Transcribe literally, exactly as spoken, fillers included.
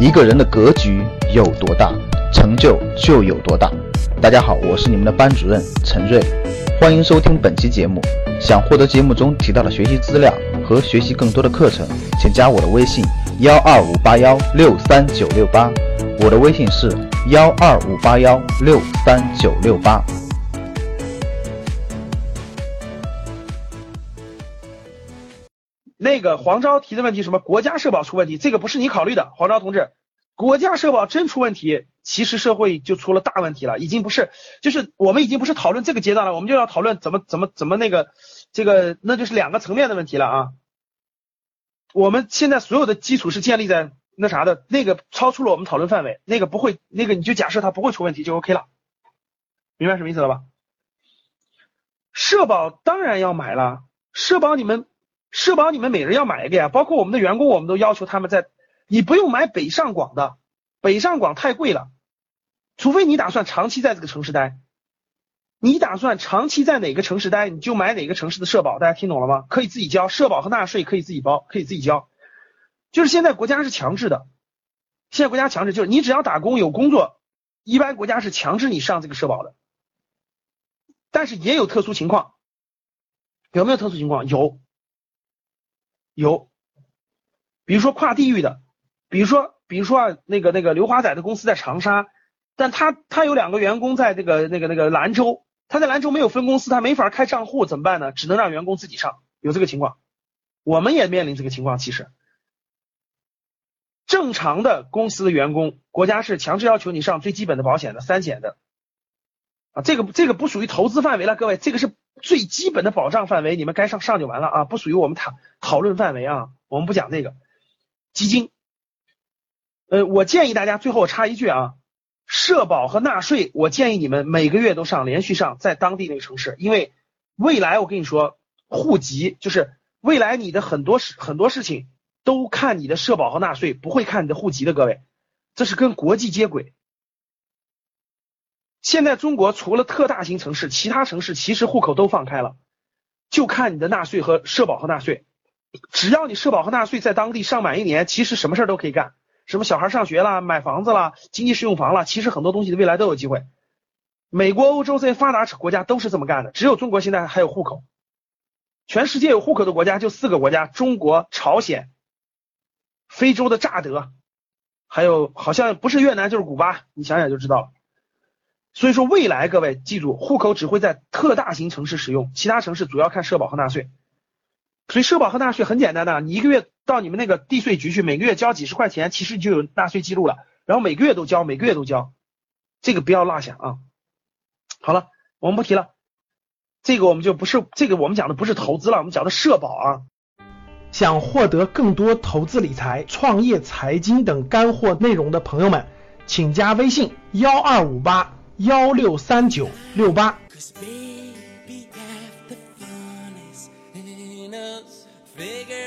一个人的格局有多大，成就就有多大。大家好，我是你们的班主任陈瑞，欢迎收听本期节目。想获得节目中提到的学习资料和学习更多的课程，请加我的微信幺二五八幺六三九六八，我的微信是幺二五八幺六三九六八。 那个黄钊提的问题，什么国家社保出问题，这个不是你考虑的，黄钊同志，国家社保真出问题，其实社会就出了大问题了，已经不是，就是我们已经不是讨论这个阶段了，我们就要讨论怎么怎么怎么那个这个，那就是两个层面的问题了啊。我们现在所有的基础是建立在那啥的，那个超出了我们讨论范围，那个不会，那个你就假设它不会出问题就 OK 了，明白什么意思了吧？社保当然要买了，社保你们社保你们每人要买一个呀，包括我们的员工，我们都要求他们在，你不用买北上广的，北上广太贵了，除非你打算长期在这个城市待，你打算长期在哪个城市待，你就买哪个城市的社保，大家听懂了吗？可以自己交，社保和纳税可以自己包，可以自己交，就是现在国家是强制的，现在国家强制就是你只要打工有工作，一般国家是强制你上这个社保的，但是也有特殊情况，有没有特殊情况？有。有，比如说跨地域的，比如说比如说啊，那个那个刘华仔的公司在长沙，但他他有两个员工在这个那个那个兰州，他在兰州没有分公司，他没法开账户，怎么办呢？只能让员工自己上，有这个情况，我们也面临这个情况。其实正常的公司的员工，国家是强制要求你上最基本的保险的，三险的啊，这个这个不属于投资范围了，各位，这个是最基本的保障范围，你们该上上就完了啊，不属于我们讨讨论范围啊，我们不讲这个。基金，呃，我建议大家，最后我插一句啊，社保和纳税，我建议你们每个月都上，连续上，在当地那个城市，因为未来我跟你说，户籍就是未来你的很多事很多事情都看你的社保和纳税，不会看你的户籍的，各位，这是跟国际接轨。现在中国除了特大型城市，其他城市其实户口都放开了，就看你的纳税和社保和纳税。只要你社保和纳税在当地上满一年，其实什么事都可以干，什么小孩上学啦、买房子啦、经济适用房啦，其实很多东西的未来都有机会。美国、欧洲这些发达国家都是这么干的，只有中国现在还有户口。全世界有户口的国家就四个国家：中国、朝鲜、非洲的乍得，还有好像不是越南就是古巴，你想想就知道了。所以说未来各位记住，户口只会在特大型城市使用，其他城市主要看社保和纳税。所以社保和纳税很简单的，你一个月到你们那个地税局去，每个月交几十块钱，其实就有纳税记录了，然后每个月都交，每个月都交，这个不要落下啊。好了，我们不提了，这个我们就不是这个我们讲的不是投资了，我们讲的社保啊。 想获得更多投资理财、创业、财经等干货内容的朋友们，请加微信幺二五八幺六三九六八。 Figure